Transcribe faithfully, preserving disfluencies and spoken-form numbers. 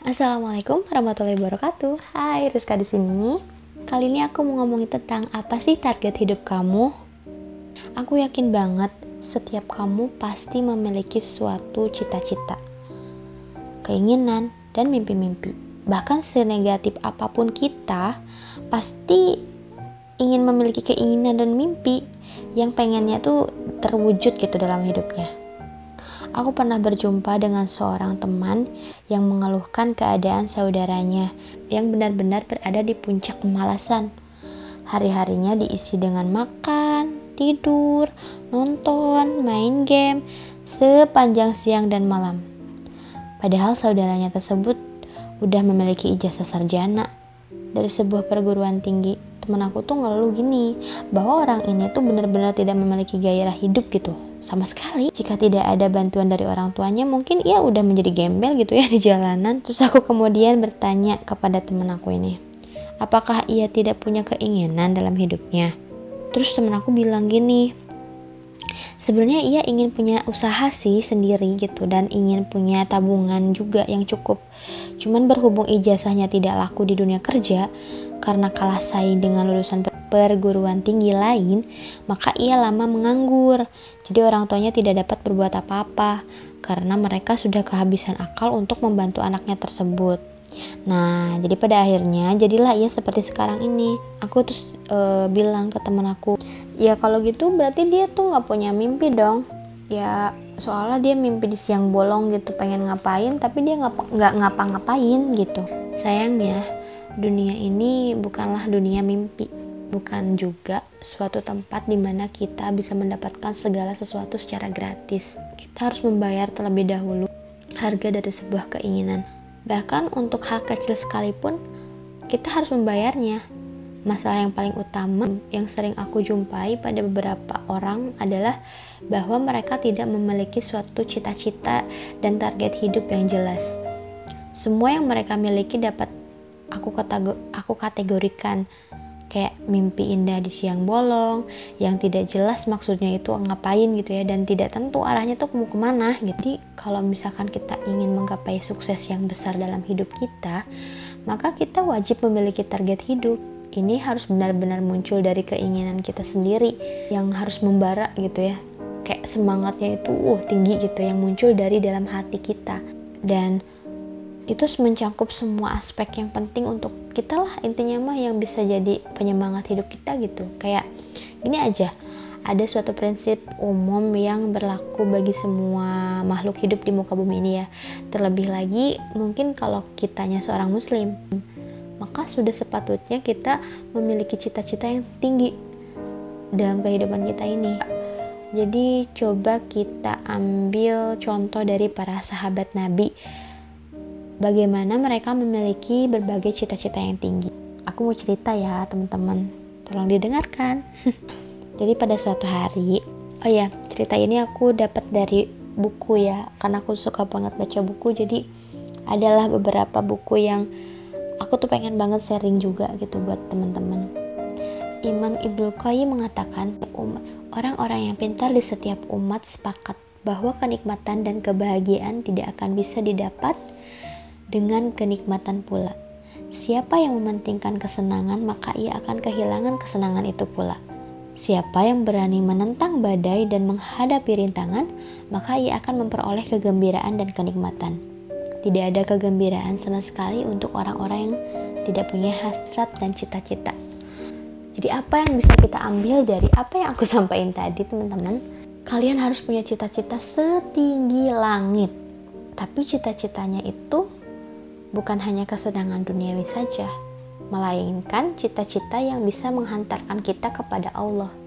Assalamualaikum warahmatullahi wabarakatuh. Hai, Rizka di sini. Kali ini aku mau ngomongin tentang apa sih target hidup kamu. Aku yakin banget setiap kamu pasti memiliki sesuatu cita-cita, keinginan, dan mimpi-mimpi. Bahkan senegatif apapun kita, pasti ingin memiliki keinginan dan mimpi yang pengennya tuh terwujud gitu dalam hidupnya. Aku pernah berjumpa dengan seorang teman yang mengeluhkan keadaan saudaranya yang benar-benar berada di puncak kemalasan. Hari-harinya diisi dengan makan, tidur, nonton, main game, sepanjang siang dan malam. Padahal saudaranya tersebut udah memiliki ijazah sarjana dari sebuah perguruan tinggi. Temen aku tuh ngeluh gini, bahwa orang ini tuh benar-benar tidak memiliki gairah hidup gitu sama sekali. Jika tidak ada bantuan dari orang tuanya, mungkin ia udah menjadi gembel gitu ya di jalanan. Terus aku kemudian bertanya kepada temen aku ini, apakah ia tidak punya keinginan dalam hidupnya? Terus temen aku bilang gini, sebenarnya ia ingin punya usaha sih sendiri gitu, dan ingin punya tabungan juga yang cukup. Cuman berhubung ijazahnya tidak laku di dunia kerja karena kalah saing dengan lulusan perguruan tinggi lain, maka ia lama menganggur. Jadi orang tuanya tidak dapat berbuat apa-apa karena mereka sudah kehabisan akal untuk membantu anaknya tersebut. Nah, jadi pada akhirnya jadilah ia seperti sekarang ini. Aku terus e, bilang ke teman aku, ya kalau gitu berarti dia tuh nggak punya mimpi dong. Ya soalnya dia mimpi di siang bolong gitu, pengen ngapain tapi dia nggak nggak ngapa-ngapain gitu. Sayangnya dunia ini bukanlah dunia mimpi, bukan juga suatu tempat di mana kita bisa mendapatkan segala sesuatu secara gratis. Kita harus membayar terlebih dahulu harga dari sebuah keinginan. Bahkan untuk hal kecil sekalipun kita harus membayarnya. Masalah yang paling utama yang sering aku jumpai pada beberapa orang adalah bahwa mereka tidak memiliki suatu cita-cita dan target hidup yang jelas. Semua yang mereka miliki dapat aku kategor- aku kategorikan kayak mimpi indah di siang bolong yang tidak jelas maksudnya itu ngapain gitu ya, dan tidak tentu arahnya tuh mau kemana. Jadi kalau misalkan kita ingin menggapai sukses yang besar dalam hidup kita, maka kita wajib memiliki target hidup. Ini harus benar-benar muncul dari keinginan kita sendiri yang harus membara gitu ya, kayak semangatnya itu uh tinggi gitu yang muncul dari dalam hati kita, dan itu mencakup semua aspek yang penting untuk kita lah intinya mah, yang bisa jadi penyemangat hidup kita gitu. Kayak ini aja, ada suatu prinsip umum yang berlaku bagi semua makhluk hidup di muka bumi ini ya. Terlebih lagi mungkin kalau kitanya seorang muslim, maka sudah sepatutnya kita memiliki cita-cita yang tinggi dalam kehidupan kita ini. Jadi coba kita ambil contoh dari para sahabat Nabi, bagaimana mereka memiliki berbagai cita-cita yang tinggi. Aku mau cerita ya teman-teman, tolong didengarkan. Jadi pada suatu hari, oh ya cerita ini aku dapat dari buku ya, karena aku suka banget baca buku. Jadi adalah beberapa buku yang aku tuh pengen banget sharing juga gitu buat teman-teman. Imam Ibnu Qayyim mengatakan, orang-orang yang pintar di setiap umat sepakat bahwa kenikmatan dan kebahagiaan tidak akan bisa didapat dengan kenikmatan pula. Siapa yang mementingkan kesenangan, maka ia akan kehilangan kesenangan itu pula. Siapa yang berani menentang badai dan menghadapi rintangan, maka ia akan memperoleh kegembiraan dan kenikmatan. Tidak ada kegembiraan sama sekali untuk orang-orang yang tidak punya hasrat dan cita-cita. Jadi apa yang bisa kita ambil dari apa yang aku sampaikan tadi teman-teman? Kalian harus punya cita-cita setinggi langit. Tapi cita-citanya itu bukan hanya kesenangan duniawi saja, melainkan cita-cita yang bisa menghantarkan kita kepada Allah.